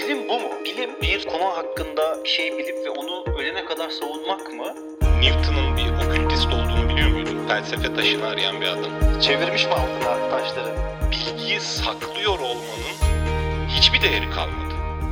Bilim bu mu? Bilim bir konu hakkında bir şey bilip ve onu ölene kadar savunmak mı? Newton'un bir okültist olduğunu biliyor muydun? Felsefe taşını arayan bir adam. Çevirmiş mi altına taşları? Bilgiyi saklıyor olmanın hiçbir değeri kalmadı.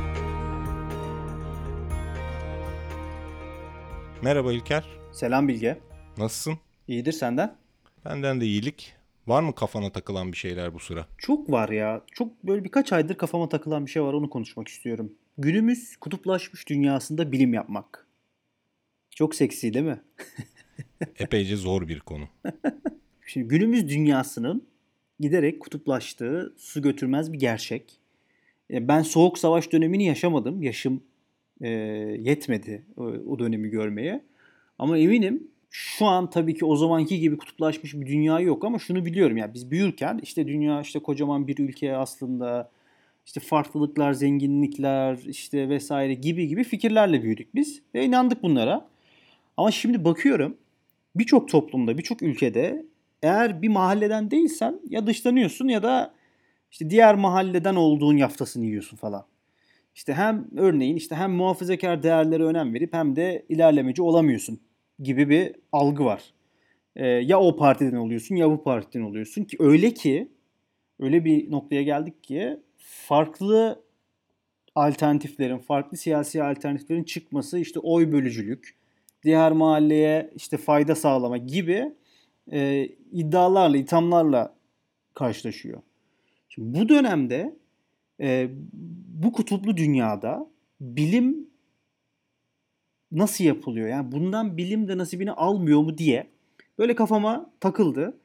Merhaba İlker. Selam Bilge. Nasılsın? İyidir senden? Benden de iyilik. Var mı kafana takılan bir şeyler bu sıra? Çok var ya. Çok böyle birkaç aydır kafama takılan bir şey var, onu konuşmak istiyorum. Günümüz kutuplaşmış dünyasında bilim yapmak. Çok seksi değil mi? Epeyce zor bir konu. Şimdi günümüz dünyasının giderek kutuplaştığı su götürmez bir gerçek. Ben soğuk savaş dönemini yaşamadım. Yaşım yetmedi o dönemi görmeye. Ama eminim şu an tabii ki o zamanki gibi kutuplaşmış bir dünya yok, ama şunu biliyorum, yani biz büyürken işte dünya işte kocaman bir ülke aslında, işte farklılıklar, zenginlikler işte vesaire gibi gibi fikirlerle büyüdük biz ve inandık bunlara. Ama şimdi bakıyorum, birçok toplumda, birçok ülkede eğer bir mahalleden değilsen ya dışlanıyorsun ya da işte diğer mahalleden olduğun yaftasını yiyorsun falan. İşte hem örneğin işte hem muhafazakar değerlere önem verip hem de ilerlemeci olamıyorsun gibi bir algı var. Ya o partiden oluyorsun ya bu partiden oluyorsun, ki öyle bir noktaya geldik ki farklı alternatiflerin, farklı siyasi alternatiflerin çıkması, işte oy bölücülük, diğer mahalleye işte fayda sağlama gibi iddialarla, ithamlarla karşılaşıyor. Şimdi bu dönemde bu kutuplu dünyada bilim nasıl yapılıyor? Yani bundan bilim de nasibini almıyor mu diye böyle kafama takıldı.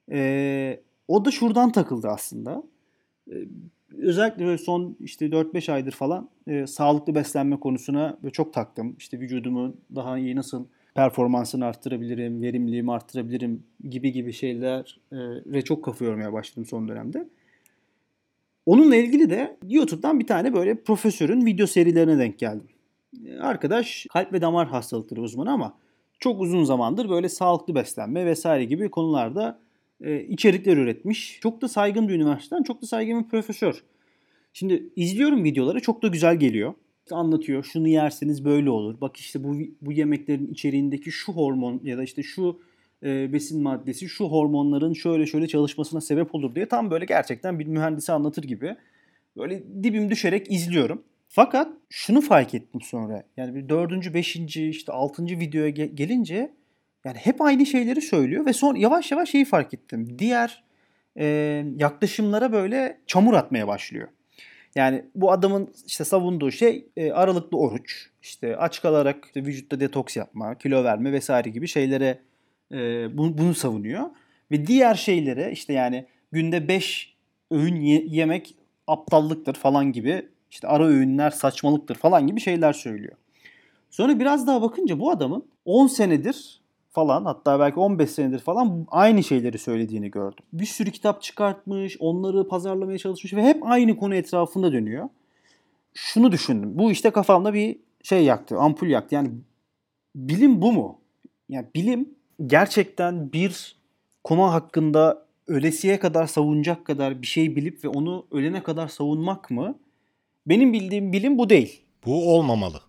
O da şuradan takıldı aslında. Ee, Özellikle böyle son işte 4-5 aydır falan sağlıklı beslenme konusuna böyle çok taktım. İşte vücudumu daha iyi nasıl performansını arttırabilirim, verimliliğimi arttırabilirim gibi gibi şeylere çok kafa yormaya başladım son dönemde. Onunla ilgili de YouTube'dan bir tane böyle profesörün video serilerine denk geldim. Arkadaş kalp ve damar hastalıkları uzmanı ama çok uzun zamandır böyle sağlıklı beslenme vesaire gibi konularda içerikler üretmiş. Çok da saygın bir üniversiteden, çok da saygın bir profesör. Şimdi izliyorum videoları, çok da güzel geliyor. İşte anlatıyor, şunu yerseniz böyle olur. Bak işte bu yemeklerin içeriğindeki şu hormon ya da işte şu besin maddesi şu hormonların şöyle şöyle çalışmasına sebep olur diye tam böyle gerçekten bir mühendisi anlatır gibi böyle dibim düşerek izliyorum. Fakat şunu fark ettim sonra. Yani bir dördüncü, beşinci, işte altıncı videoya gelince yani hep aynı şeyleri söylüyor ve sonra yavaş yavaş şeyi fark ettim. Diğer yaklaşımlara böyle çamur atmaya başlıyor. Yani bu adamın işte savunduğu şey aralıklı oruç, işte aç kalarak işte vücutta detoks yapma, kilo verme vesaire gibi şeylere bunu savunuyor. Ve diğer şeylere işte yani günde 5 öğün yemek aptallıktır falan gibi, işte ara öğünler saçmalıktır falan gibi şeyler söylüyor. Sonra biraz daha bakınca bu adamın 10 senedir falan, hatta belki 15 senedir falan aynı şeyleri söylediğini gördüm. Bir sürü kitap çıkartmış, onları pazarlamaya çalışmış ve hep aynı konu etrafında dönüyor. Şunu düşündüm. Bu işte kafamda bir şey yaktı, ampul yaktı. Yani bilim bu mu? Yani bilim gerçekten bir konu hakkında ölesiye kadar savunacak kadar bir şey bilip ve onu ölene kadar savunmak mı? Benim bildiğim bilim bu değil. Bu olmamalı.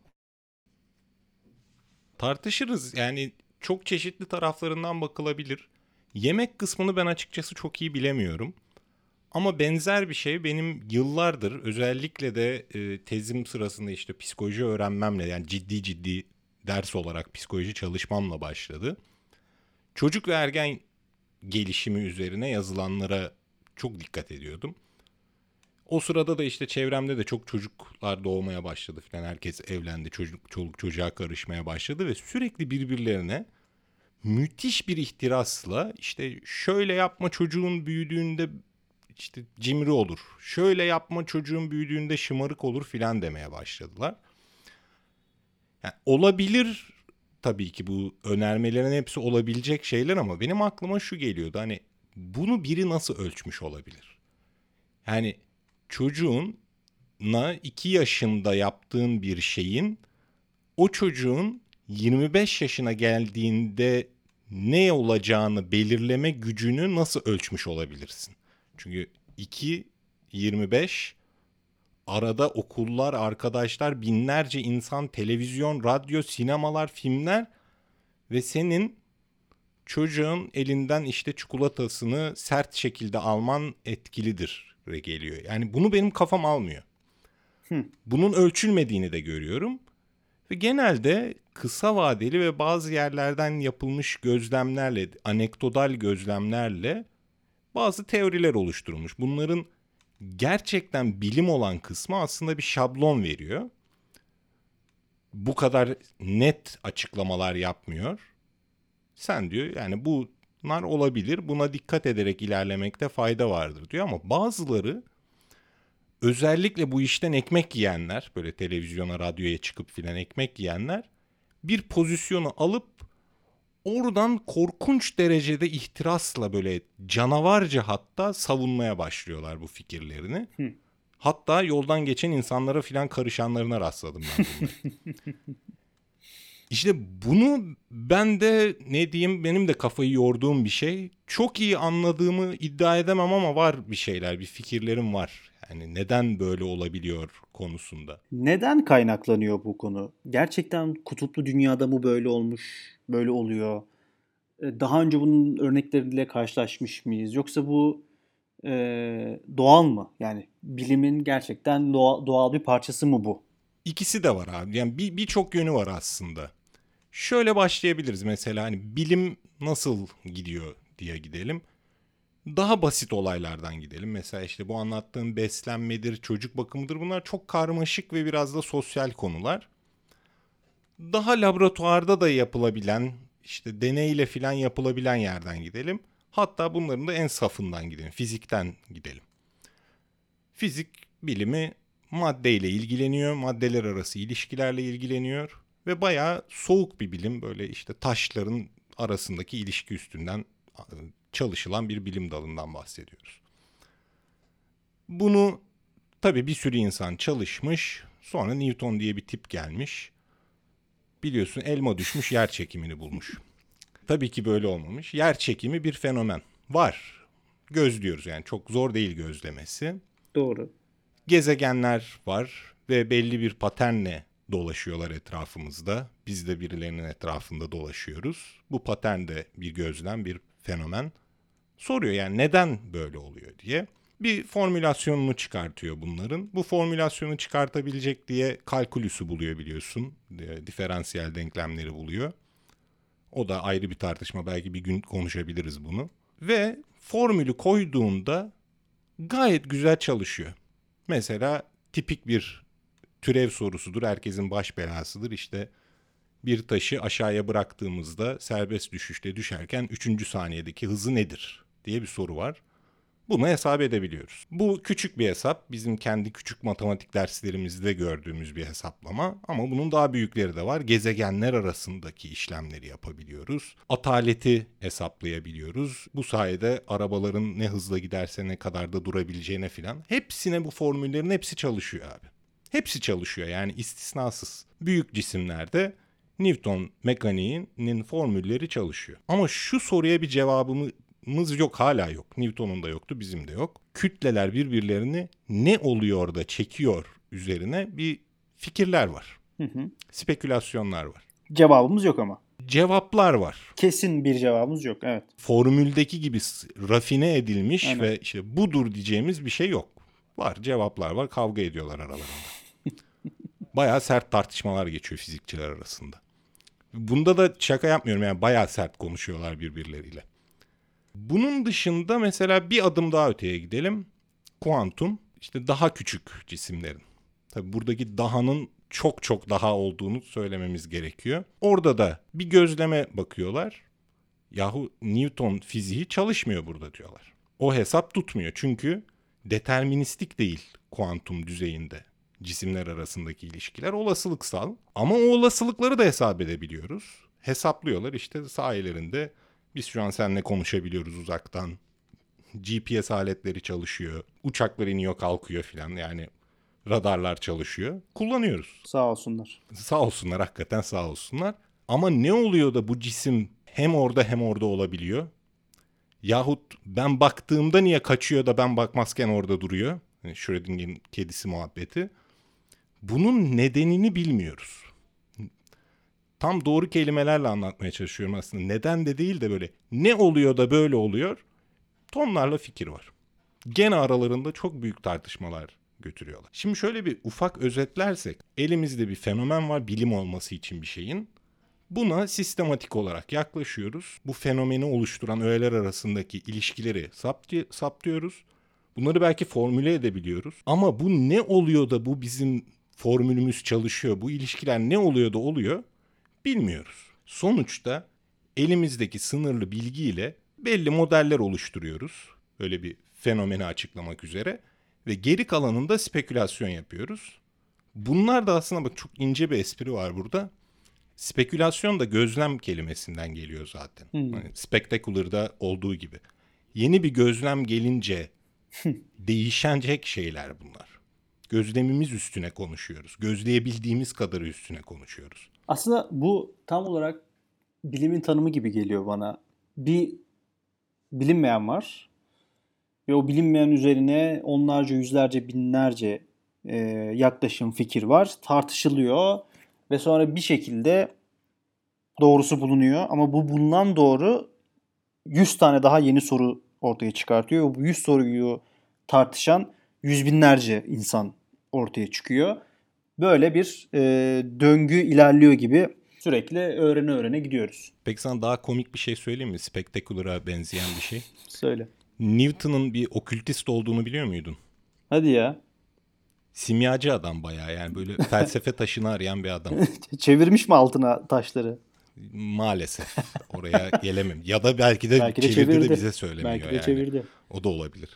Tartışırız, yani çok çeşitli taraflarından bakılabilir. Yemek kısmını ben açıkçası çok iyi bilemiyorum. Ama benzer bir şey benim yıllardır, özellikle de tezim sırasında işte psikoloji öğrenmemle, yani ciddi ders olarak psikoloji çalışmamla başladı. Çocuk ve ergen gelişimi üzerine yazılanlara çok dikkat ediyordum. O sırada da işte çevremde de çok çocuklar doğmaya başladı falan. Herkes evlendi, çoluk çocuğa karışmaya başladı ve sürekli birbirlerine müthiş bir ihtirasla işte şöyle yapma çocuğun büyüdüğünde işte cimri olur, şöyle yapma çocuğun büyüdüğünde şımarık olur filan demeye başladılar. Yani olabilir tabii ki, bu önermelerin hepsi olabilecek şeyler, ama benim aklıma şu geliyordu: hani bunu biri nasıl ölçmüş olabilir? Yani çocuğuna 2 yaşında yaptığın bir şeyin o çocuğun 25 yaşına geldiğinde ne olacağını belirleme gücünü nasıl ölçmüş olabilirsin? Çünkü 2, 25 arada okullar, arkadaşlar, binlerce insan, televizyon, radyo, sinemalar, filmler ve senin çocuğun elinden işte çikolatasını sert şekilde alman etkilidir geliyor. Yani bunu benim kafam almıyor. Bunun ölçülmediğini de görüyorum. Ve genelde kısa vadeli ve bazı yerlerden yapılmış gözlemlerle, anekdotal gözlemlerle bazı teoriler oluşturulmuş. Bunların gerçekten bilim olan kısmı aslında bir şablon veriyor. Bu kadar net açıklamalar yapmıyor. Sen diyor yani bunlar olabilir, buna dikkat ederek ilerlemekte fayda vardır diyor. Ama bazıları, özellikle bu işten ekmek yiyenler, böyle televizyona, radyoya çıkıp filan ekmek yiyenler, bir pozisyonu alıp oradan korkunç derecede ihtirasla, böyle canavarca hatta savunmaya başlıyorlar bu fikirlerini. Hatta yoldan geçen insanlara filan karışanlarına rastladım ben bunları. İşte bunu ben de ne diyeyim, benim de kafayı yorduğum bir şey. Çok iyi anladığımı iddia edemem ama var bir şeyler, bir fikirlerim var. Yani neden böyle olabiliyor konusunda. Neden kaynaklanıyor bu konu? Gerçekten kutuplu dünyada mı böyle olmuş, böyle oluyor? Daha önce bunun örnekleriyle karşılaşmış mıyız? Yoksa bu e, doğal mı? Yani bilimin gerçekten doğal bir parçası mı bu? İkisi de var abi. Yani birçok yönü var aslında. Şöyle başlayabiliriz mesela, hani bilim nasıl gidiyor diye gidelim. Daha basit olaylardan gidelim. Mesela işte bu anlattığım beslenmedir, çocuk bakımıdır. Bunlar çok karmaşık ve biraz da sosyal konular. Daha laboratuvarda da yapılabilen, işte deneyle falan yapılabilen yerden gidelim. Hatta bunların da en safından gidelim. Fizikten gidelim. Fizik bilimi maddeyle ilgileniyor. Maddeler arası ilişkilerle ilgileniyor. Ve bayağı soğuk bir bilim. Böyle işte taşların arasındaki ilişki üstünden çalışılan bir bilim dalından bahsediyoruz. Bunu tabii bir sürü insan çalışmış. Sonra Newton diye bir tip gelmiş. Biliyorsun, elma düşmüş, yer çekimini bulmuş. Tabii ki böyle olmamış. Yer çekimi bir fenomen. Var. Gözlüyoruz, yani çok zor değil gözlemesi. Doğru. Gezegenler var ve belli bir paternle dolaşıyorlar etrafımızda. Biz de birilerinin etrafında dolaşıyoruz. Bu patern de bir gözlem, bir fenomen. Soruyor yani neden böyle oluyor diye. Bir formülasyonunu çıkartıyor bunların. Bu formülasyonu çıkartabilecek diye kalkülüsü buluyor, biliyorsun. Diferansiyel denklemleri buluyor. O da ayrı bir tartışma. Belki bir gün konuşabiliriz bunu. Ve formülü koyduğunda gayet güzel çalışıyor. Mesela tipik bir türev sorusudur. Herkesin baş belasıdır. İşte bir taşı aşağıya bıraktığımızda serbest düşüşte düşerken 3. saniyedeki hızı nedir diye bir soru var. Bunu hesap edebiliyoruz. Bu küçük bir hesap. Bizim kendi küçük matematik derslerimizde gördüğümüz bir hesaplama. Ama bunun daha büyükleri de var. Gezegenler arasındaki işlemleri yapabiliyoruz. Ataleti hesaplayabiliyoruz. Bu sayede arabaların ne hızla giderse ne kadar da durabileceğine filan. Hepsine, bu formüllerin hepsi çalışıyor abi. Hepsi çalışıyor, yani istisnasız. Büyük cisimlerde Newton mekaniğinin formülleri çalışıyor. Ama şu soruya bir cevabımız yok, hala yok. Newton'un da yoktu, bizim de yok. Kütleler birbirlerini ne oluyor da çekiyor üzerine bir fikirler var. Spekülasyonlar var. Cevabımız yok ama. Cevaplar var. Kesin bir cevabımız yok. Evet. Formüldeki gibi rafine edilmiş Aynen. ve işte budur diyeceğimiz bir şey yok. Var, cevaplar var, kavga ediyorlar aralarında. Bayağı sert tartışmalar geçiyor fizikçiler arasında. Bunda da şaka yapmıyorum, yani bayağı sert konuşuyorlar birbirleriyle. Bunun dışında mesela bir adım daha öteye gidelim. Kuantum, işte daha küçük cisimlerin. Tabii buradaki dahanın çok çok daha olduğunu söylememiz gerekiyor. Orada da bir gözleme bakıyorlar. Yahu Newton fiziği çalışmıyor burada diyorlar. O hesap tutmuyor çünkü deterministik değil kuantum düzeyinde cisimler arasındaki ilişkiler, olasılıksal. Ama o olasılıkları da hesap edebiliyoruz. Hesaplıyorlar işte, sayelerinde biz şu an seninle konuşabiliyoruz uzaktan. GPS aletleri çalışıyor. Uçaklar iniyor kalkıyor filan, yani radarlar çalışıyor. Kullanıyoruz. Sağ olsunlar. Sağ olsunlar, hakikaten sağ olsunlar. Ama ne oluyor da bu cisim hem orada hem orada olabiliyor? Yahut ben baktığımda niye kaçıyor da ben bakmazken orada duruyor? Hani Schrödinger'in kedisi muhabbeti. Bunun nedenini bilmiyoruz. Tam doğru kelimelerle anlatmaya çalışıyorum aslında. Neden de değil de böyle ne oluyor da böyle oluyor? Tonlarla fikir var. Gene aralarında çok büyük tartışmalar götürüyorlar. Şimdi şöyle bir ufak özetlersek, elimizde bir fenomen var bilim olması için bir şeyin. Buna sistematik olarak yaklaşıyoruz. Bu fenomeni oluşturan öğeler arasındaki ilişkileri saptıyoruz. Bunları belki formüle edebiliyoruz. Ama bu ne oluyor da bu bizim formülümüz çalışıyor, bu ilişkiler ne oluyor da oluyor bilmiyoruz. Sonuçta elimizdeki sınırlı bilgiyle belli modeller oluşturuyoruz. Öyle bir fenomeni açıklamak üzere. Ve geri kalanında spekülasyon yapıyoruz. Bunlar da aslında bak çok ince bir espri var burada. Spekülasyon da gözlem kelimesinden geliyor zaten. Hani spectacular'da olduğu gibi. Yeni bir gözlem gelince değişecek şeyler bunlar. Gözlemimiz üstüne konuşuyoruz. Gözleyebildiğimiz kadarı üstüne konuşuyoruz. Aslında bu tam olarak bilimin tanımı gibi geliyor bana. Bir bilinmeyen var ve o bilinmeyen üzerine onlarca, yüzlerce, binlerce yaklaşım, fikir var. Tartışılıyor ve sonra bir şekilde doğrusu bulunuyor. Ama bu bulunan doğru 100 tane daha yeni soru ortaya çıkartıyor. Bu 100 soruyu tartışan yüz binlerce insan ortaya çıkıyor. Böyle bir döngü ilerliyor gibi sürekli öğrene gidiyoruz. Peki sana daha komik bir şey söyleyeyim mi? Spectacular'a benzeyen bir şey. Söyle. Newton'un bir okültist olduğunu biliyor muydun? Hadi ya. Simyacı adam bayağı, yani böyle felsefe taşını arayan bir adam. Çevirmiş mi altına taşları? Maalesef oraya gelemem. Ya da belki de Belki de çevirdi de çevirdi. bize söylemiyor Belki de yani. çevirdi. O da olabilir.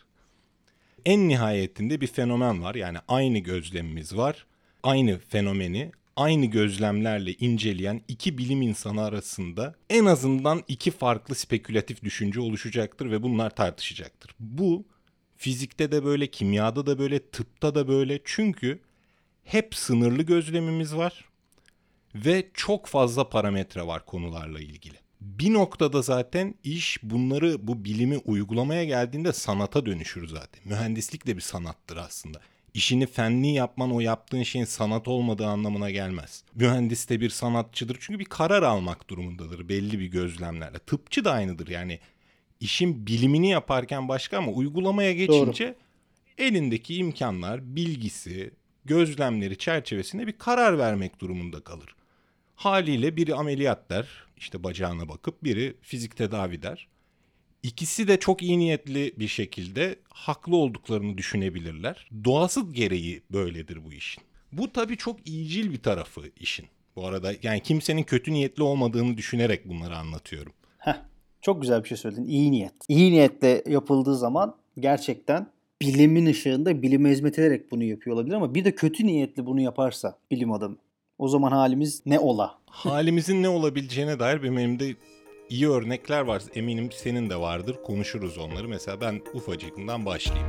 En nihayetinde bir fenomen var. Yani aynı gözlemimiz var. Aynı fenomeni aynı gözlemlerle inceleyen iki bilim insanı arasında en azından iki farklı spekülatif düşünce oluşacaktır ve bunlar tartışacaktır. Bu fizikte de böyle, kimyada da böyle, tıpta da böyle. Çünkü hep sınırlı gözlemimiz var ve çok fazla parametre var konularla ilgili. Bir noktada zaten iş bunları, bu bilimi uygulamaya geldiğinde sanata dönüşür zaten. Mühendislik de bir sanattır aslında. İşini fenli yapman o yaptığın şeyin sanat olmadığı anlamına gelmez. Mühendis de bir sanatçıdır çünkü bir karar almak durumundadır belli bir gözlemlerle. Tıpçı da aynıdır yani. İşin bilimini yaparken başka ama uygulamaya geçince elindeki imkanlar, bilgisi, gözlemleri çerçevesinde bir karar vermek durumunda kalır. Haliyle biri ameliyat der, işte bacağına bakıp, biri fizik tedavi der. İkisi de çok iyi niyetli bir şekilde haklı olduklarını düşünebilirler. Doğası gereği böyledir bu işin. Bu tabii çok iyicil bir tarafı işin. Bu arada yani kimsenin kötü niyetli olmadığını düşünerek bunları anlatıyorum. Çok güzel bir şey söyledin. İyi niyet. İyi niyetle yapıldığı zaman gerçekten bilimin ışığında bilime hizmet ederek bunu yapıyor olabilir ama bir de kötü niyetli bunu yaparsa bilim adamı. O zaman halimiz ne ola? Halimizin ne olabileceğine dair benim elimde iyi örnekler var. Eminim senin de vardır. Konuşuruz onları. Mesela ben ufacıkından başlayayım.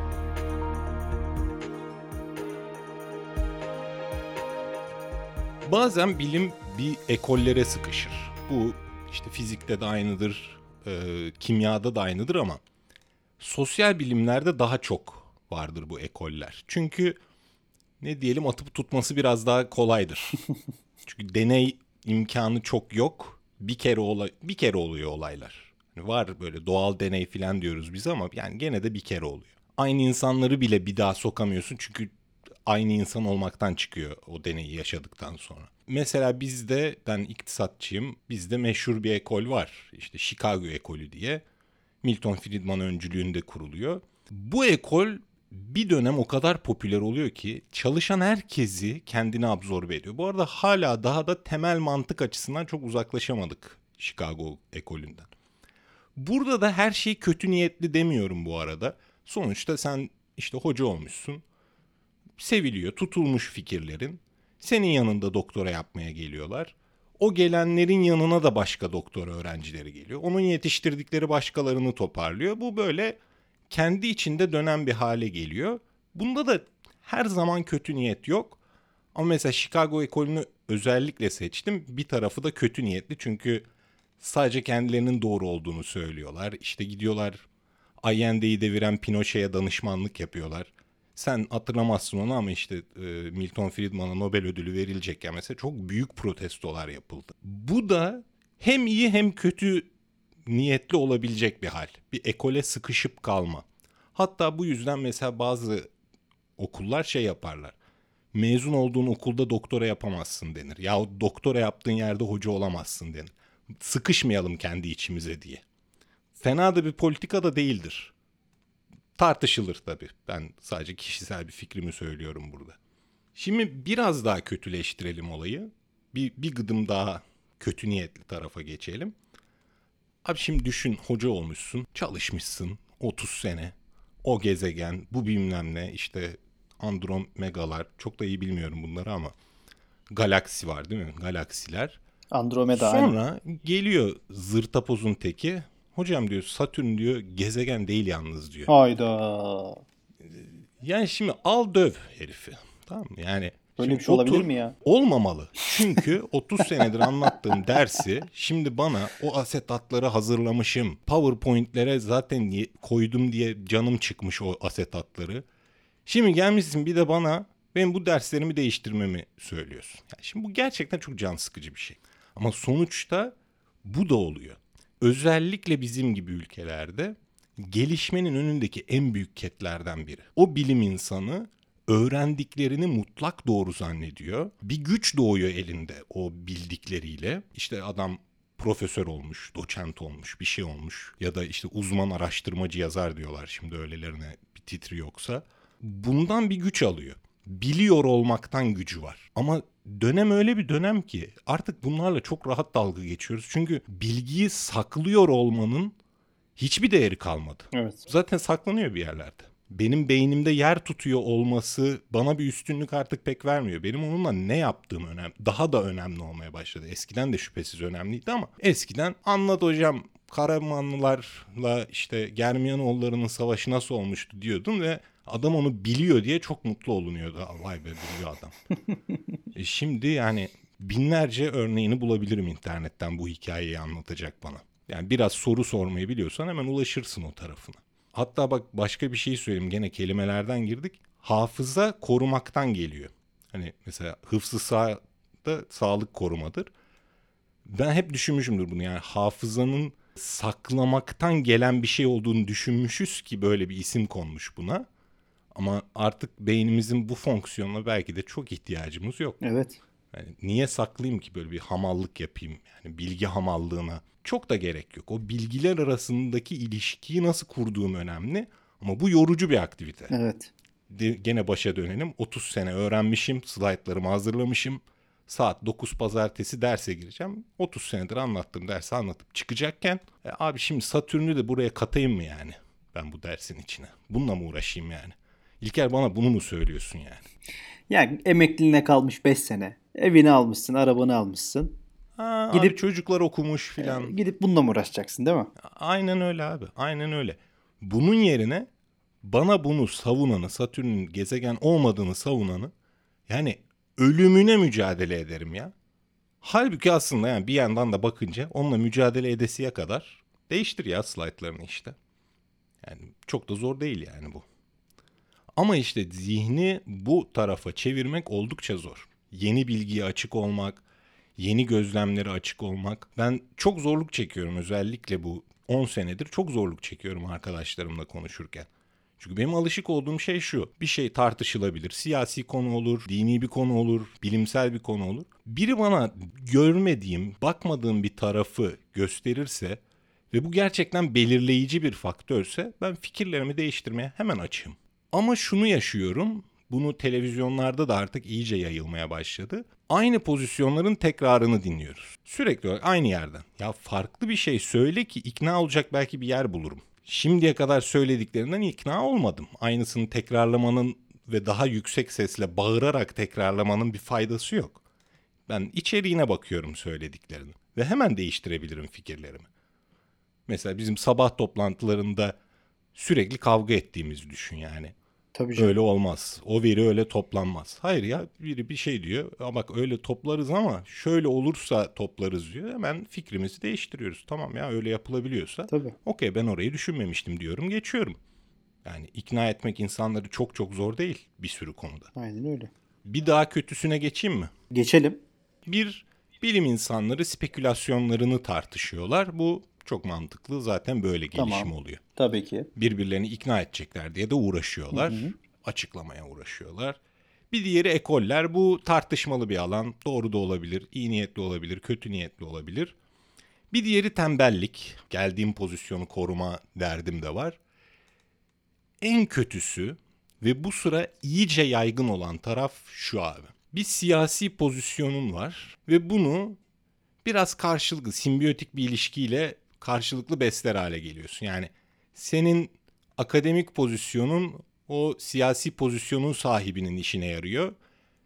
Bazen bilim bir ekollere sıkışır. Bu işte fizikte de aynıdır, kimyada da aynıdır ama sosyal bilimlerde daha çok vardır bu ekoller. Çünkü ne diyelim, atıp tutması biraz daha kolaydır. Çünkü deney imkanı çok yok. Bir kere oluyor olaylar. Yani var böyle doğal deney falan diyoruz biz ama yani gene de bir kere oluyor. Aynı insanları bile bir daha sokamıyorsun çünkü aynı insan olmaktan çıkıyor o deneyi yaşadıktan sonra. Mesela bizde, ben iktisatçıyım, bizde meşhur bir ekol var. İşte Chicago ekolü diye. Milton Friedman öncülüğünde kuruluyor. Bu ekol bir dönem o kadar popüler oluyor ki çalışan herkesi kendine absorbe ediyor. Bu arada hala daha da temel mantık açısından çok uzaklaşamadık Chicago ekolünden. Burada da her şey kötü niyetli demiyorum bu arada. Sonuçta sen işte hoca olmuşsun. Seviliyor, tutulmuş fikirlerin. Senin yanında doktora yapmaya geliyorlar. O gelenlerin yanına da başka doktora öğrencileri geliyor. Onun yetiştirdikleri başkalarını toparlıyor. Bu böyle kendi içinde dönen bir hale geliyor. Bunda da her zaman kötü niyet yok. Ama mesela Chicago ekolünü özellikle seçtim. Bir tarafı da kötü niyetli çünkü sadece kendilerinin doğru olduğunu söylüyorlar. İşte gidiyorlar Allende'yi deviren Pinochet'e danışmanlık yapıyorlar. Sen hatırlamazsın onu ama işte Milton Friedman'a Nobel ödülü verilecekken mesela çok büyük protestolar yapıldı. Bu da hem iyi hem kötü niyetli olabilecek bir hal. Bir ekole sıkışıp kalma. Hatta bu yüzden mesela bazı okullar şey yaparlar. Mezun olduğun okulda doktora yapamazsın denir. Yahut doktora yaptığın yerde hoca olamazsın denir. Sıkışmayalım kendi içimize diye. Fena da bir politika da değildir. Tartışılır tabii. Ben sadece kişisel bir fikrimi söylüyorum burada. Şimdi biraz daha kötüleştirelim olayı. Bir gıdım daha kötü niyetli tarafa geçelim. Abi şimdi düşün, hoca olmuşsun, çalışmışsın 30 sene. O gezegen, bu bilmem ne, işte Andromegalar, çok da iyi bilmiyorum bunları ama galaksi var değil mi? Galaksiler. Andromeda aynı. Sonra geliyor zırtapozun teki. Hocam diyor, Satürn diyor gezegen değil yalnız diyor. Hayda. Yani şimdi al döv herifi. Tamam mı? Yani Böyle şimdi bir şey olabilir otur, mi ya? olmamalı. Çünkü 30 senedir anlattığım dersi şimdi bana o asetatları hazırlamışım. PowerPoint'lere zaten koydum diye canım çıkmış o asetatları. Şimdi gelmişsin bir de bana benim bu derslerimi değiştirmemi söylüyorsun. Yani şimdi bu gerçekten çok can sıkıcı bir şey. Ama sonuçta bu da oluyor. Özellikle bizim gibi ülkelerde gelişmenin önündeki en büyük ketlerden biri. O bilim insanı öğrendiklerini mutlak doğru zannediyor. Bir güç doğuyor elinde o bildikleriyle. İşte adam profesör olmuş, doçent olmuş, bir şey olmuş ya da işte uzman araştırmacı yazar diyorlar şimdi öylelerine bir titri yoksa. Bundan bir güç alıyor. Biliyor olmaktan gücü var. Ama dönem öyle bir dönem ki artık bunlarla çok rahat dalga geçiyoruz. Çünkü bilgiyi saklıyor olmanın hiçbir değeri kalmadı. Evet. Zaten saklanıyor bir yerlerde. Benim beynimde yer tutuyor olması bana bir üstünlük artık pek vermiyor. Benim onunla ne yaptığım önemli. Daha da önemli olmaya başladı. Eskiden de şüphesiz önemliydi ama eskiden anlat hocam Karamanlılarla işte Germiyanoğulları'nın savaşı nasıl olmuştu diyordum ve adam onu biliyor diye çok mutlu olunuyordu. Vay be biliyor adam. Şimdi yani binlerce örneğini bulabilirim internetten bu hikayeyi anlatacak bana. Yani biraz soru sormayı biliyorsan hemen ulaşırsın o tarafına. Hatta bak başka bir şey söyleyeyim. Gene kelimelerden girdik. Hafıza korumaktan geliyor. Hani mesela hıfzı da sağlık korumadır. Ben hep düşünmüşümdür bunu. Yani hafızanın saklamaktan gelen bir şey olduğunu düşünmüşüz ki böyle bir isim konmuş buna. Ama artık beynimizin bu fonksiyonuna belki de çok ihtiyacımız yok. Evet. Yani niye saklayayım ki böyle bir hamallık yapayım? Yani bilgi hamallığına çok da gerek yok. O bilgiler arasındaki ilişkiyi nasıl kurduğum önemli. Ama bu yorucu bir aktivite. Evet. Gene başa dönelim. 30 sene öğrenmişim, slaytlarımı hazırlamışım. Saat 9 pazartesi derse gireceğim. 30 senedir anlattığım dersi anlatıp çıkacakken abi şimdi Satürn'ü de buraya katayım mı yani ben bu dersin içine? Bununla mı uğraşayım yani? İlker bana bunu mu söylüyorsun yani? Yani emekliliğine kalmış 5 sene. Evini almışsın, arabanı almışsın. Gidip abi çocuklar okumuş filan. Gidip bununla mı uğraşacaksın değil mi? Aynen öyle abi. Aynen öyle. Bunun yerine bana bunu savunanı, Satürn'ün gezegen olmadığını savunanı yani ölümüne mücadele ederim ya. Halbuki aslında yani bir yandan da bakınca onunla mücadele edesiye kadar değiştir ya slaytlarını işte. Yani çok da zor değil yani bu. Ama işte zihni bu tarafa çevirmek oldukça zor. Yeni bilgiye açık olmak, yeni gözlemlere açık olmak. Ben çok zorluk çekiyorum özellikle bu 10 senedir çok zorluk çekiyorum arkadaşlarımla konuşurken. Çünkü benim alışık olduğum şey şu. Bir şey tartışılabilir. Siyasi konu olur, dini bir konu olur, bilimsel bir konu olur. Biri bana görmediğim, bakmadığım bir tarafı gösterirse ve bu gerçekten belirleyici bir faktörse ben fikirlerimi değiştirmeye hemen açığım. Ama şunu yaşıyorum. Bunu televizyonlarda da artık iyice yayılmaya başladı. Aynı pozisyonların tekrarını dinliyoruz. Sürekli olarak aynı yerden. Ya farklı bir şey söyle ki ikna olacak belki bir yer bulurum. Şimdiye kadar söylediklerinden ikna olmadım. Aynısını tekrarlamanın ve daha yüksek sesle bağırarak tekrarlamanın bir faydası yok. Ben içeriğine bakıyorum söylediklerini ve hemen değiştirebilirim fikirlerimi. Mesela bizim sabah toplantılarında sürekli kavga ettiğimizi düşün yani. Tabii canım. Öyle olmaz. O veri öyle toplanmaz. Hayır ya biri bir şey diyor. Bak öyle toplarız ama şöyle olursa toplarız diyor. Hemen fikrimizi değiştiriyoruz. Tamam ya öyle yapılabiliyorsa. Tabii. Okey ben orayı düşünmemiştim diyorum. Geçiyorum. Yani ikna etmek insanları çok çok zor değil bir sürü konuda. Aynen öyle. Bir daha kötüsüne geçeyim mi? Geçelim. Bir bilim insanları spekülasyonlarını tartışıyorlar. Bu çok mantıklı. Zaten böyle gelişim Tamam. oluyor. Tabii ki. Birbirlerini ikna edecekler diye de uğraşıyorlar. Açıklamaya uğraşıyorlar. Bir diğeri ekoller. Bu tartışmalı bir alan. Doğru da olabilir, iyi niyetli olabilir, kötü niyetli olabilir. Bir diğeri tembellik. Geldiğim pozisyonu koruma derdim de var. En kötüsü ve bu sıra iyice yaygın olan taraf şu abi. Bir siyasi pozisyonun var ve bunu biraz karşılıklı, simbiyotik bir ilişkiyle karşılıklı besler hale geliyorsun. Yani senin akademik pozisyonun o siyasi pozisyonun sahibinin işine yarıyor.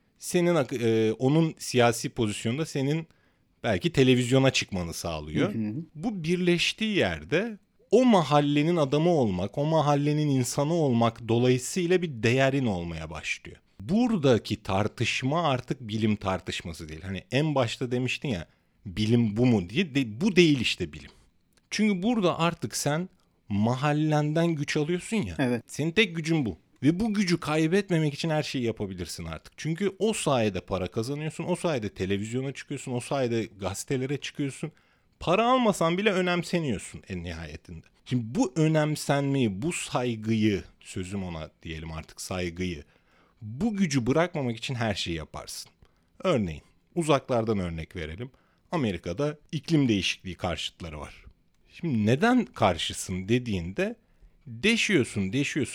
Onun siyasi pozisyonda senin belki televizyona çıkmanı sağlıyor. Bu birleştiği yerde o mahallenin adamı olmak, o mahallenin insanı olmak dolayısıyla bir değerin olmaya başlıyor. Buradaki tartışma artık bilim tartışması değil. Hani en başta demiştin ya, bilim bu mu diye. Bu değil işte bilim. Çünkü burada artık sen mahallenden güç alıyorsun ya. Evet. Senin tek gücün bu. Ve bu gücü kaybetmemek için her şeyi yapabilirsin artık. Çünkü o sayede para kazanıyorsun, o sayede televizyona çıkıyorsun, o sayede gazetelere çıkıyorsun. Para almasan bile önemseniyorsun en nihayetinde. Şimdi bu önemsenmeyi, bu saygıyı, sözüm ona diyelim artık saygıyı, bu gücü bırakmamak için her şeyi yaparsın. Örneğin uzaklardan örnek verelim. Amerika'da iklim değişikliği karşıtları var. Şimdi neden karşısın dediğinde deşiyorsun,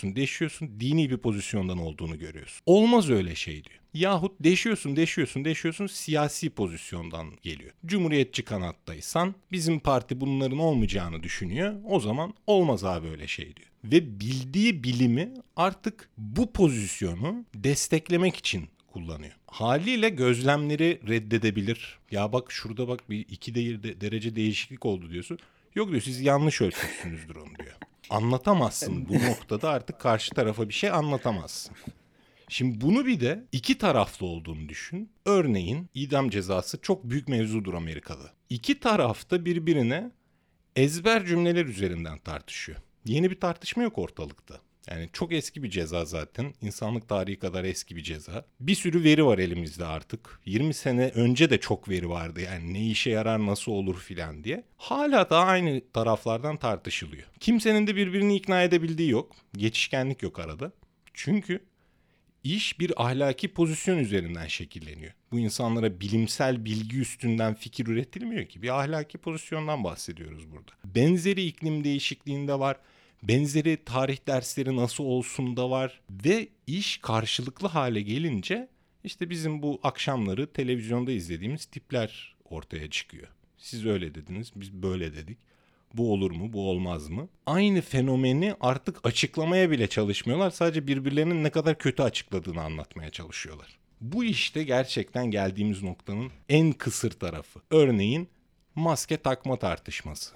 dini bir pozisyondan olduğunu görüyorsun. Olmaz öyle şey diyor. Yahut deşiyorsun, siyasi pozisyondan geliyor. Cumhuriyetçi kanattaysan bizim parti bunların olmayacağını düşünüyor. O zaman olmaz abi öyle şey diyor. Ve bildiği bilimi artık bu pozisyonu desteklemek için kullanıyor. Haliyle gözlemleri reddedebilir. Ya bak şurada bak bir 2 derece değişiklik oldu diyorsun. Yok diyor, siz yanlış ölçmüşsünüzdür onu diyor. Anlatamazsın bu noktada, artık karşı tarafa bir şey anlatamazsın. Şimdi bunu bir de iki taraflı olduğunu düşün. Örneğin idam cezası çok büyük mevzudur Amerika'da. İki tarafta birbirine ezber cümleler üzerinden tartışıyor. Yeni bir tartışma yok ortalıkta. Yani çok eski bir ceza zaten. İnsanlık tarihi kadar eski bir ceza. Bir sürü veri var elimizde artık. 20 sene önce de çok veri vardı. Yani ne işe yarar, nasıl olur filan diye. Hala da aynı taraflardan tartışılıyor. Kimsenin de birbirini ikna edebildiği yok. Geçişkenlik yok arada. Çünkü İş bir ahlaki pozisyon üzerinden şekilleniyor. Bu insanlara bilimsel bilgi üstünden fikir üretilmiyor ki. Bir ahlaki pozisyondan bahsediyoruz burada. Benzeri iklim değişikliğinde var. Benzeri tarih dersleri nasıl olsun da var. Ve iş karşılıklı hale gelince işte bizim bu akşamları televizyonda izlediğimiz tipler ortaya çıkıyor. Siz öyle dediniz, biz böyle dedik. Bu olur mu, bu olmaz mı? Aynı fenomeni artık açıklamaya bile çalışmıyorlar. Sadece birbirlerinin ne kadar kötü açıkladığını anlatmaya çalışıyorlar. Bu işte gerçekten geldiğimiz noktanın en kısır tarafı. Örneğin maske takma tartışması.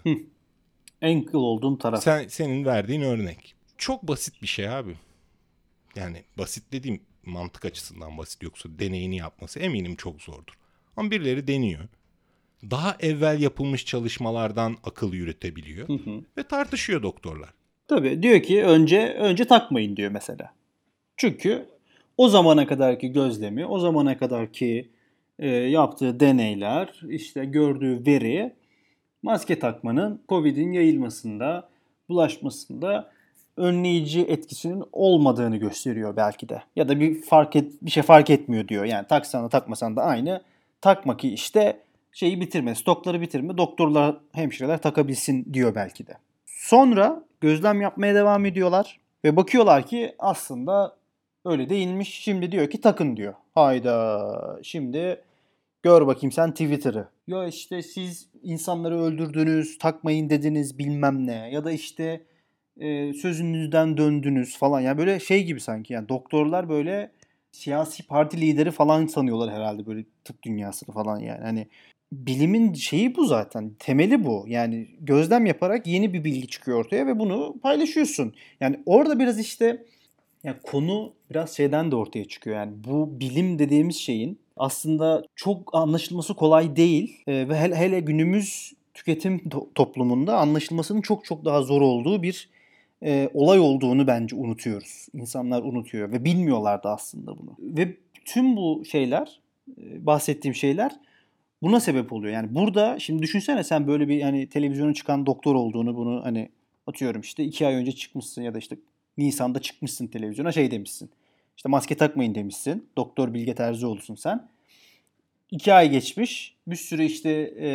En kıl olduğum taraf. Senin verdiğin örnek. Çok basit bir şey abi. Yani basit dediğim mantık açısından basit, yoksa deneyini yapması eminim çok zordur. Ama birileri deniyor. Daha evvel yapılmış çalışmalardan akıl yürütebiliyor ve tartışıyor doktorlar. Tabii diyor ki önce takmayın diyor mesela. Çünkü o zamana kadarki gözlemi, o zamana kadarki yaptığı deneyler, işte gördüğü veri maske takmanın COVID'in yayılmasında, bulaşmasında önleyici etkisinin olmadığını gösteriyor belki de. Ya da bir şey fark etmiyor diyor. Yani taksan da takmasan da aynı. Takma ki işte stokları bitirme, doktorlar, hemşireler takabilsin diyor belki de. Sonra gözlem yapmaya devam ediyorlar ve bakıyorlar ki aslında öyle değilmiş. Şimdi diyor ki takın diyor. Hayda, şimdi gör bakayım sen Twitter'ı. Ya işte siz insanları öldürdünüz, takmayın dediniz bilmem ne. Ya da işte sözünüzden döndünüz falan. Yani böyle şey gibi sanki. Yani doktorlar böyle siyasi parti lideri falan sanıyorlar herhalde, böyle tıp dünyasını falan yani. Hani bilimin şeyi bu zaten. Temeli bu. Yani gözlem yaparak yeni bir bilgi çıkıyor ortaya ve bunu paylaşıyorsun. Yani orada biraz işte yani konu biraz şeyden de ortaya çıkıyor. Yani bu bilim dediğimiz şeyin aslında çok anlaşılması kolay değil. Ve hele günümüz tüketim toplumunda anlaşılmasının çok çok daha zor olduğu bir olay olduğunu bence unutuyoruz. İnsanlar unutuyor ve bilmiyorlardı aslında bunu. Ve tüm bu şeyler, bahsettiğim şeyler buna sebep oluyor. Yani burada şimdi düşünsene sen böyle bir hani televizyona çıkan doktor olduğunu, bunu hani atıyorum işte 2 ay önce çıkmışsın ya da işte Nisan'da çıkmışsın televizyona, şey demişsin. İşte maske takmayın demişsin. Doktor Bilge Terzioğlu'sun sen. 2 ay geçmiş. Bir sürü işte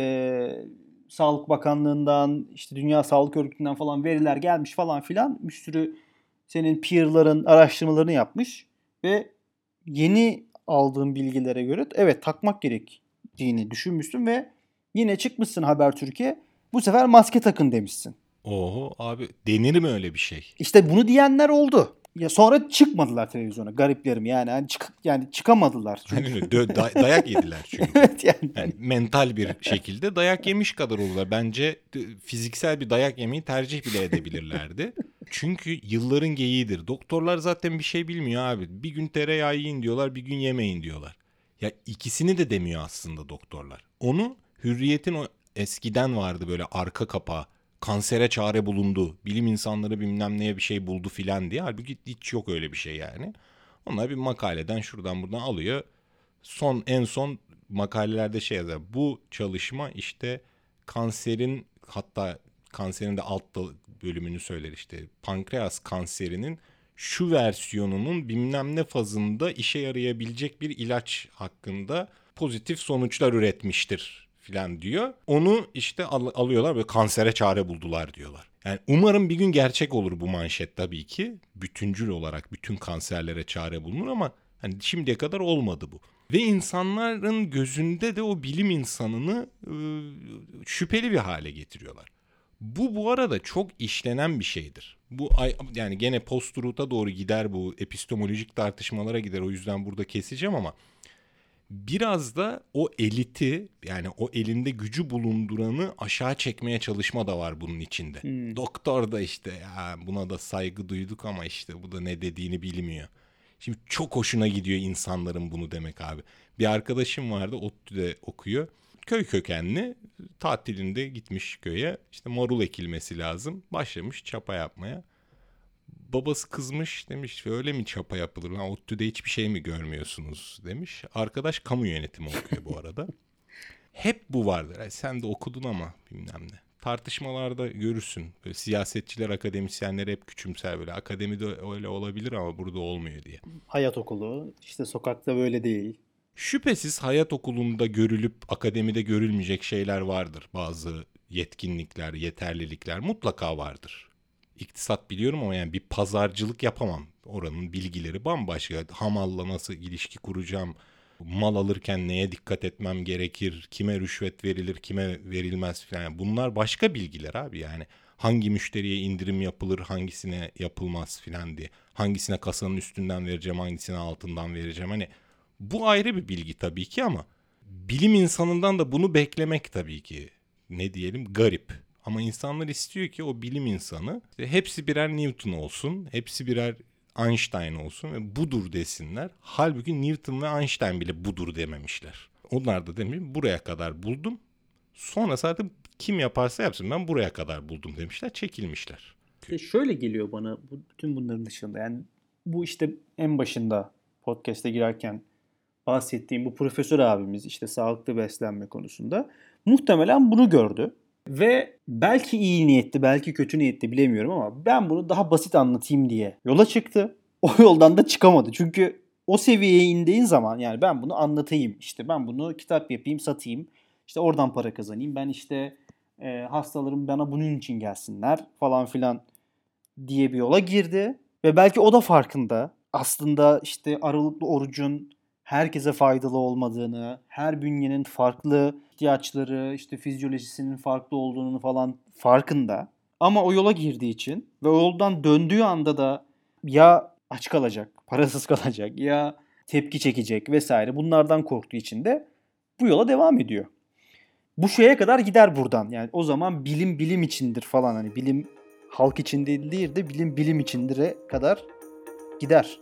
Sağlık Bakanlığı'ndan, işte Dünya Sağlık Örgütü'nden falan veriler gelmiş falan filan. Bir sürü senin peer'ların araştırmalarını yapmış ve yeni aldığın bilgilere göre evet takmak gerektiğini düşünmüşsün ve yine çıkmışsın Habertürk'e. Bu sefer maske takın demişsin. Oho abi, denir mi öyle bir şey? İşte bunu diyenler oldu. Ya sonra çıkmadılar televizyona. Gariplerim yani. Yani çıkamadılar çünkü. Hani dayak yediler çünkü. Evet yani. Yani mental bir şekilde dayak yemiş kadar olurlar. Bence fiziksel bir dayak yemeyi tercih bile edebilirlerdi. Çünkü yılların geyiğidir. Doktorlar zaten bir şey bilmiyor abi. Bir gün tereyağı yiyin diyorlar, bir gün yemeyin diyorlar. Ya ikisini de demiyor aslında doktorlar. Onu Hürriyet'in o eskiden vardı böyle arka kapağı. Kansere çare bulundu. Bilim insanları bilmem neye bir şey buldu filan diye. Halbuki hiç yok öyle bir şey yani. Onlar bir makaleden şuradan buradan alıyor. En son makalelerde şey yazar. Bu çalışma işte kanserin, hatta kanserin de alt bölümünü söyler işte. Pankreas kanserinin şu versiyonunun bilmem ne fazında işe yarayabilecek bir ilaç hakkında pozitif sonuçlar üretmiştir filan diyor. Onu işte alıyorlar ve kansere çare buldular diyorlar. Yani umarım bir gün gerçek olur bu manşet tabii ki. Bütüncül olarak bütün kanserlere çare bulunur ama hani şimdiye kadar olmadı bu. Ve insanların gözünde de o bilim insanını şüpheli bir hale getiriyorlar. Bu arada çok işlenen bir şeydir. Yani gene post-truth'a doğru gider, bu epistemolojik tartışmalara gider. O yüzden burada keseceğim ama biraz da o eliti, yani o elinde gücü bulunduranı aşağı çekmeye çalışma da var bunun içinde. Doktor da işte ya buna da saygı duyduk ama işte bu da ne dediğini bilmiyor. Şimdi çok hoşuna gidiyor insanların bunu demek abi. Bir arkadaşım vardı, ODTÜ'de okuyor. Köy kökenli, tatilinde gitmiş köye. İşte marul ekilmesi lazım. Başlamış çapa yapmaya. Babası kızmış, demiş öyle mi çapa yapılır lan, ODTÜ'de hiçbir şey mi görmüyorsunuz demiş. Arkadaş kamu yönetimi okuyor bu arada. Hep bu vardır. Yani sen de okudun ama bilmem ne. Tartışmalarda görürsün. Böyle siyasetçiler, akademisyenleri hep küçümser böyle. Akademide öyle olabilir ama burada olmuyor diye. Hayat okulu işte sokakta böyle değil. Şüphesiz hayat okulunda görülüp akademide görülmeyecek şeyler vardır. Bazı yetkinlikler, yeterlilikler mutlaka vardır. İktisat biliyorum ama yani bir pazarcılık yapamam. Oranın bilgileri bambaşka. Hamalla nasıl ilişki kuracağım? Mal alırken neye dikkat etmem gerekir? Kime rüşvet verilir, kime verilmez falan. Bunlar başka bilgiler abi yani. Hangi müşteriye indirim yapılır, hangisine yapılmaz falan diye. Hangisine kasanın üstünden vereceğim, hangisine altından vereceğim. Hani bu ayrı bir bilgi tabii ki ama bilim insanından da bunu beklemek tabii ki ne diyelim garip. Ama insanlar istiyor ki o bilim insanı işte hepsi birer Newton olsun, hepsi birer Einstein olsun ve budur desinler. Halbuki Newton ve Einstein bile budur dememişler. Onlar da demiş buraya kadar buldum. Sonra zaten kim yaparsa yapsın ben buraya kadar buldum demişler, çekilmişler. Şöyle geliyor bana bütün bunların dışında. Yani bu işte en başında podcast'e girerken bahsettiğim bu profesör abimiz işte sağlıklı beslenme konusunda muhtemelen bunu gördü. Ve belki iyi niyetli, belki kötü niyetli bilemiyorum ama ben bunu daha basit anlatayım diye yola çıktı. O yoldan da çıkamadı. Çünkü o seviyeye indiğin zaman yani ben bunu anlatayım, işte ben bunu kitap yapayım, satayım, işte oradan para kazanayım. Ben işte hastalarım bana bunun için gelsinler falan filan diye bir yola girdi. Ve belki o da farkında. Aslında işte aralıklı orucun herkese faydalı olmadığını, her bünyenin farklı ihtiyaçları, işte fizyolojisinin farklı olduğunu falan farkında. Ama o yola girdiği için ve o yoldan döndüğü anda da ya aç kalacak, parasız kalacak ya tepki çekecek vesaire bunlardan korktuğu için de bu yola devam ediyor. Bu şeye kadar gider buradan. Yani o zaman bilim bilim içindir falan, hani bilim halk için değil de bilim bilim içindir'e kadar gider.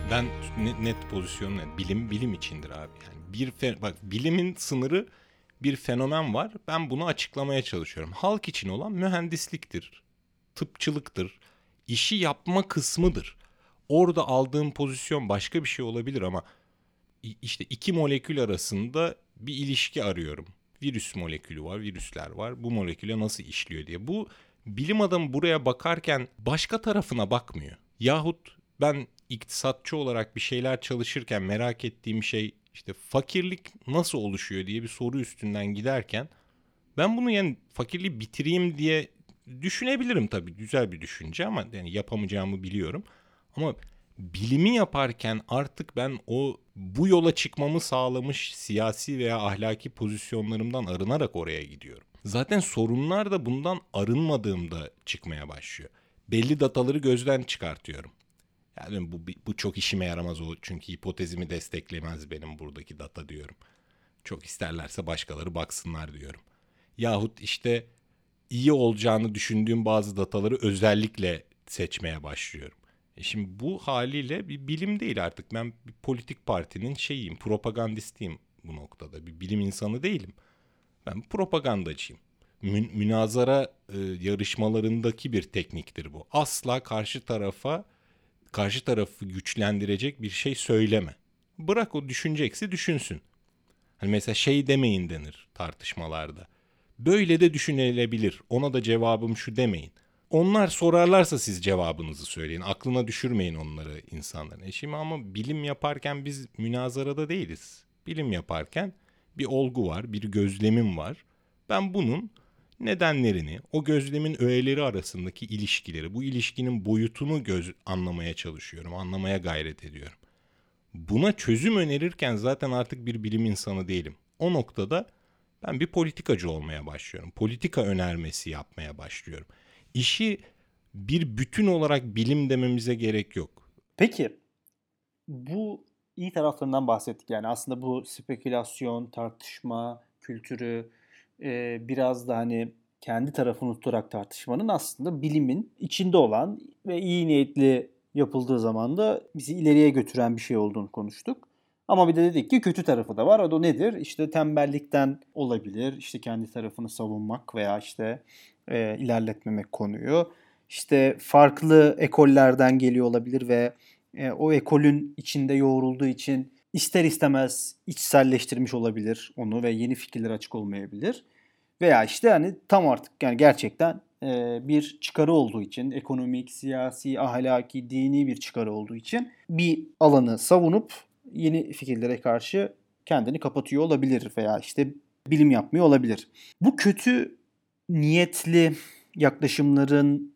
Ben net pozisyonum net. Bilim içindir abi. Yani bak, bilimin sınırı, bir fenomen var. Ben bunu açıklamaya çalışıyorum. Halk için olan mühendisliktir, tıpçılıktır, işi yapma kısmıdır. Orada aldığım pozisyon başka bir şey olabilir ama işte iki molekül arasında bir ilişki arıyorum. Virüs molekülü var, virüsler var. Bu moleküle nasıl işliyor diye. Bu bilim adamı buraya bakarken başka tarafına bakmıyor. Yahut ben iktisatçı olarak bir şeyler çalışırken merak ettiğim şey işte fakirlik nasıl oluşuyor diye bir soru üstünden giderken ben bunu yani fakirliği bitireyim diye düşünebilirim tabii. Güzel bir düşünce ama yani yapamayacağımı biliyorum. Ama bilimi yaparken artık ben bu yola çıkmamı sağlamış siyasi veya ahlaki pozisyonlarımdan arınarak oraya gidiyorum. Zaten sorunlar da bundan arınmadığımda çıkmaya başlıyor. Belli dataları gözden çıkartıyorum. Yani bu çok işime yaramaz o, çünkü hipotezimi desteklemez benim buradaki data diyorum. Çok isterlerse başkaları baksınlar diyorum. Yahut işte iyi olacağını düşündüğüm bazı dataları özellikle seçmeye başlıyorum. Şimdi bu haliyle bir bilim değil artık. Ben bir politik partinin propagandistiyim bu noktada. Bir bilim insanı değilim. Ben propagandacıyım. Münazara yarışmalarındaki bir tekniktir bu. Asla karşı tarafı güçlendirecek bir şey söyleme. Bırak o düşünecekse düşünsün. Hani mesela demeyin denir tartışmalarda. Böyle de düşünülebilir. Ona da cevabım şu demeyin. Onlar sorarlarsa siz cevabınızı söyleyin. Aklına düşürmeyin onları insanların. Şimdi ama bilim yaparken biz münazarada değiliz. Bilim yaparken bir olgu var, bir gözlemim var. Ben bunun nedenlerini, o gözlemin öğeleri arasındaki ilişkileri, bu ilişkinin boyutunu anlamaya çalışıyorum, anlamaya gayret ediyorum. Buna çözüm önerirken zaten artık bir bilim insanı değilim. O noktada ben bir politikacı olmaya başlıyorum. Politika önermesi yapmaya başlıyorum. İşi bir bütün olarak bilim dememize gerek yok. Peki bu iyi taraflarından bahsettik. Yani aslında bu spekülasyon, tartışma kültürü biraz da hani kendi tarafını tutarak tartışmanın aslında bilimin içinde olan ve iyi niyetli yapıldığı zaman da bizi ileriye götüren bir şey olduğunu konuştuk. Ama bir de dedik ki kötü tarafı da var. O da nedir? İşte tembellikten olabilir. İşte kendi tarafını savunmak veya işte ilerletmemek konuyu. İşte farklı ekollerden geliyor olabilir ve o ekolün içinde yoğrulduğu için ister istemez içselleştirmiş olabilir onu ve yeni fikirlere açık olmayabilir. Veya işte hani tam artık yani gerçekten bir çıkarı olduğu için ekonomik, siyasi, ahlaki, dini bir çıkarı olduğu için bir alanı savunup yeni fikirlere karşı kendini kapatıyor olabilir veya işte bilim yapmıyor olabilir. Bu kötü niyetli yaklaşımların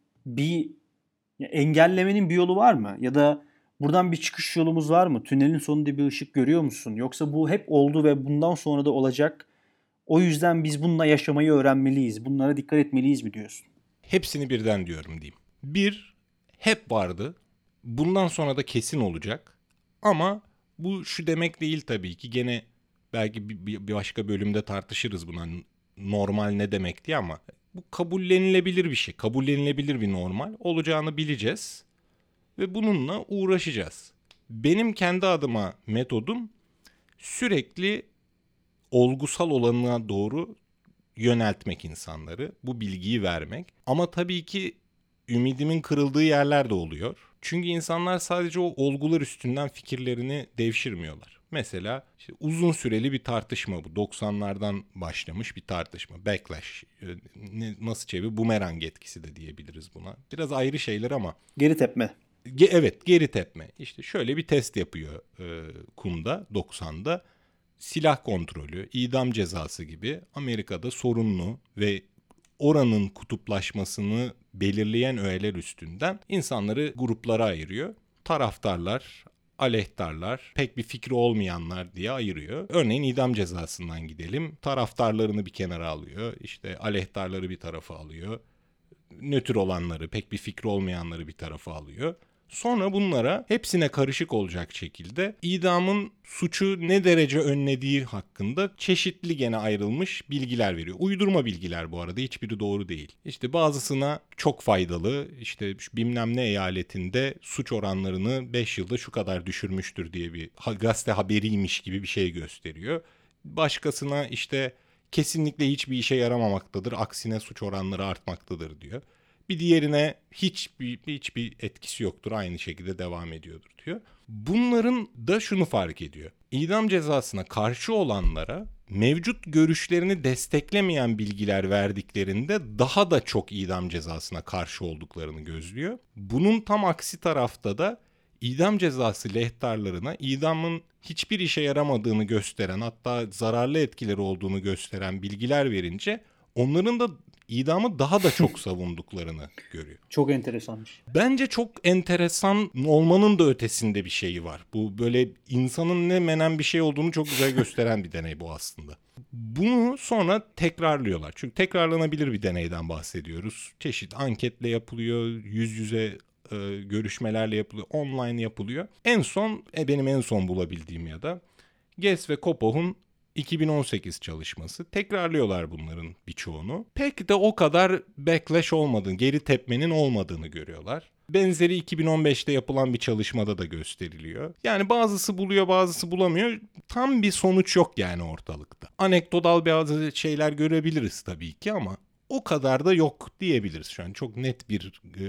engellemenin bir yolu var mı? Ya da buradan bir çıkış yolumuz var mı? Tünelin sonunda bir ışık görüyor musun? Yoksa bu hep oldu ve bundan sonra da olacak. O yüzden biz bununla yaşamayı öğrenmeliyiz. Bunlara dikkat etmeliyiz mi diyorsun? Hepsini birden diyorum diyeyim. Bir, hep vardı. Bundan sonra da kesin olacak. Ama bu şu demek değil tabii ki. Gene belki bir başka bölümde tartışırız buna. Normal ne demek diye, ama bu kabullenilebilir bir şey. Kabullenilebilir bir normal. Olacağını bileceğiz. Ve bununla uğraşacağız. Benim kendi adıma metodum sürekli olgusal olanına doğru yöneltmek insanları, bu bilgiyi vermek. Ama tabii ki ümidimin kırıldığı yerler de oluyor. Çünkü insanlar sadece o olgular üstünden fikirlerini devşirmiyorlar. Mesela işte uzun süreli bir tartışma bu. 90'lardan başlamış bir tartışma. Backlash. Nasıl çevir? Bumerang etkisi de diyebiliriz buna. Biraz ayrı şeyler ama. Geri tepme. Evet, geri tepme. İşte şöyle bir test yapıyor Kum'da 90'da. Silah kontrolü, idam cezası gibi Amerika'da sorunlu ve oranın kutuplaşmasını belirleyen öğeler üstünden insanları gruplara ayırıyor. Taraftarlar, aleyhtarlar, pek bir fikri olmayanlar diye ayırıyor. Örneğin idam cezasından gidelim. Taraftarlarını bir kenara alıyor. İşte aleyhtarları bir tarafa alıyor. Nötr olanları, pek bir fikri olmayanları bir tarafa alıyor. Sonra bunlara hepsine karışık olacak şekilde idamın suçu ne derece önlediği hakkında çeşitli gene ayrılmış bilgiler veriyor. Uydurma bilgiler bu arada, hiçbiri doğru değil. İşte bazısına çok faydalı, işte şu bilmem ne eyaletinde suç oranlarını 5 yılda şu kadar düşürmüştür diye bir gazete haberiymiş gibi bir şey gösteriyor. Başkasına işte kesinlikle hiçbir işe yaramamaktadır, aksine suç oranları artmaktadır diyor. Bir diğerine hiçbir etkisi yoktur, aynı şekilde devam ediyordur diyor. Bunların da şunu fark ediyor. İdam cezasına karşı olanlara mevcut görüşlerini desteklemeyen bilgiler verdiklerinde daha da çok idam cezasına karşı olduklarını gözlüyor. Bunun tam aksi tarafta da idam cezası lehtarlarına idamın hiçbir işe yaramadığını gösteren, hatta zararlı etkileri olduğunu gösteren bilgiler verince onların da idamı daha da çok savunduklarını görüyor. Çok enteresanmış. Bence çok enteresan olmanın da ötesinde bir şeyi var. Bu böyle insanın ne menen bir şey olduğunu çok güzel gösteren bir deney bu aslında. Bunu sonra tekrarlıyorlar. Çünkü tekrarlanabilir bir deneyden bahsediyoruz. Çeşitli anketle yapılıyor, yüz yüze görüşmelerle yapılıyor, online yapılıyor. En son benim en son bulabildiğim ya da Guess ve Copo'nun 2018 çalışması. Tekrarlıyorlar bunların birçoğunu. Pek de o kadar backlash olmadığını, geri tepmenin olmadığını görüyorlar. Benzeri 2015'te yapılan bir çalışmada da gösteriliyor. Yani bazısı buluyor, bazısı bulamıyor. Tam bir sonuç yok yani ortalıkta. Anekdotal bazı şeyler görebiliriz tabii ki ama o kadar da yok diyebiliriz şu an. Çok net bir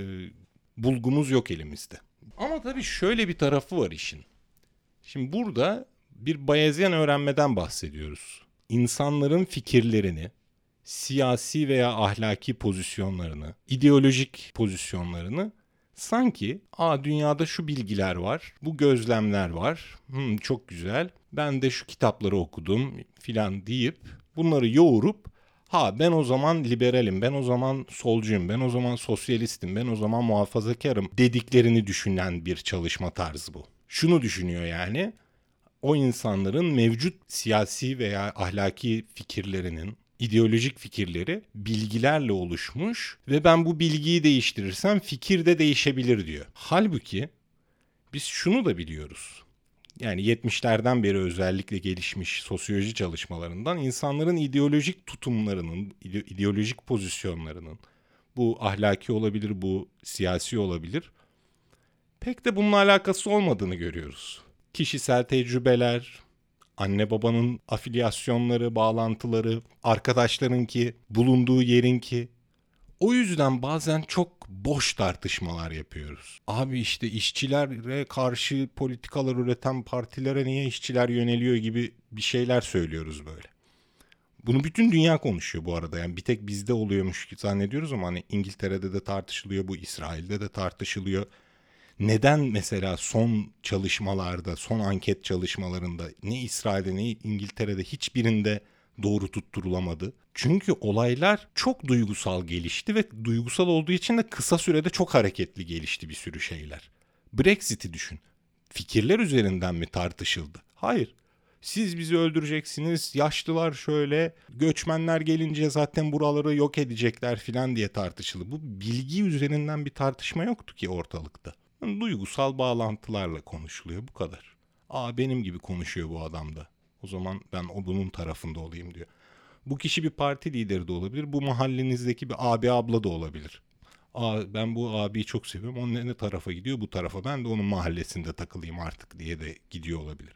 bulgumuz yok elimizde. Ama tabii şöyle bir tarafı var işin. Şimdi burada bir Bayezyen öğrenmeden bahsediyoruz. İnsanların fikirlerini, siyasi veya ahlaki pozisyonlarını, ideolojik pozisyonlarını sanki dünyada şu bilgiler var, bu gözlemler var, çok güzel, ben de şu kitapları okudum filan deyip bunları yoğurup ben o zaman liberalim, ben o zaman solcuyum, ben o zaman sosyalistim, ben o zaman muhafazakarım dediklerini düşünen bir çalışma tarzı bu. Şunu düşünüyor yani, o insanların mevcut siyasi veya ahlaki fikirlerinin, ideolojik fikirleri bilgilerle oluşmuş ve ben bu bilgiyi değiştirirsem fikir de değişebilir diyor. Halbuki biz şunu da biliyoruz. Yani 70'lerden beri özellikle gelişmiş sosyoloji çalışmalarından insanların ideolojik tutumlarının, ideolojik pozisyonlarının, bu ahlaki olabilir, bu siyasi olabilir, pek de bununla alakası olmadığını görüyoruz. Kişisel tecrübeler, anne babanın afilyasyonları, bağlantıları, arkadaşlarınki, bulunduğu yerinki. O yüzden bazen çok boş tartışmalar yapıyoruz. Abi işte işçilere karşı politikalar üreten partilere niye işçiler yöneliyor gibi bir şeyler söylüyoruz böyle. Bunu bütün dünya konuşuyor bu arada. Yani bir tek bizde oluyormuş zannediyoruz ama hani İngiltere'de de tartışılıyor, bu İsrail'de de tartışılıyor. Neden mesela son çalışmalarda, son anket çalışmalarında ne İsrail'de ne İngiltere'de hiçbirinde doğru tutturulamadı? Çünkü olaylar çok duygusal gelişti ve duygusal olduğu için de kısa sürede çok hareketli gelişti bir sürü şeyler. Brexit'i düşün. Fikirler üzerinden mi tartışıldı? Hayır. Siz bizi öldüreceksiniz, yaşlılar şöyle, göçmenler gelince zaten buraları yok edecekler filan diye tartışıldı. Bu bilgi üzerinden bir tartışma yoktu ki ortalıkta. Duygusal bağlantılarla konuşuluyor, bu kadar. Benim gibi konuşuyor bu adam da. O zaman ben bunun tarafında olayım diyor. Bu kişi bir parti lideri de olabilir. Bu mahallenizdeki bir abi abla da olabilir. Ben bu abiyi çok seviyorum. O ne tarafa gidiyor? Bu tarafa. Ben de onun mahallesinde takılayım artık diye de gidiyor olabilir.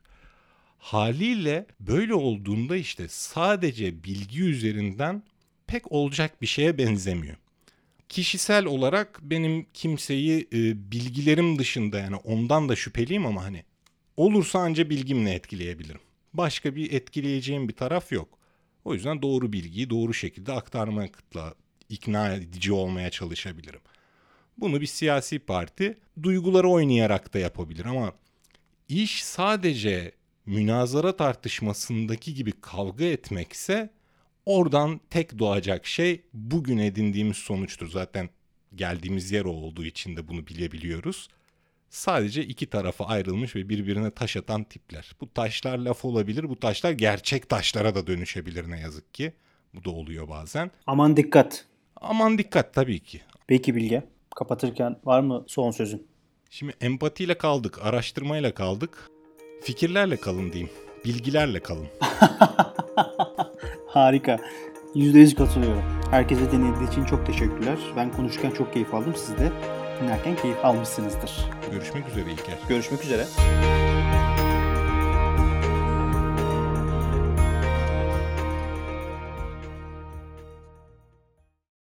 Haliyle böyle olduğunda işte sadece bilgi üzerinden pek olacak bir şeye benzemiyor. Kişisel olarak benim kimseyi bilgilerim dışında, yani ondan da şüpheliyim ama hani olursa anca bilgimle etkileyebilirim. Başka bir etkileyeceğim bir taraf yok. O yüzden doğru bilgiyi doğru şekilde aktarmakla ikna edici olmaya çalışabilirim. Bunu bir siyasi parti duyguları oynayarak da yapabilir ama iş sadece münazara tartışmasındaki gibi kavga etmekse oradan tek doğacak şey bugün edindiğimiz sonuçtur. Zaten geldiğimiz yer o olduğu için de bunu bilebiliyoruz. Sadece iki tarafa ayrılmış ve birbirine taş atan tipler. Bu taşlar laf olabilir, bu taşlar gerçek taşlara da dönüşebilir ne yazık ki. Bu da oluyor bazen. Aman dikkat. Aman dikkat tabii ki. Peki Bilge, kapatırken var mı son sözün? Şimdi empatiyle kaldık, araştırmayla kaldık. Fikirlerle kalın diyeyim. Bilgilerle kalın. Harika. %100 katılıyorum. Herkese dinlediği için çok teşekkürler. Ben konuşurken çok keyif aldım. Siz de dinlerken keyif almışsınızdır. Görüşmek üzere İlker. Görüşmek üzere.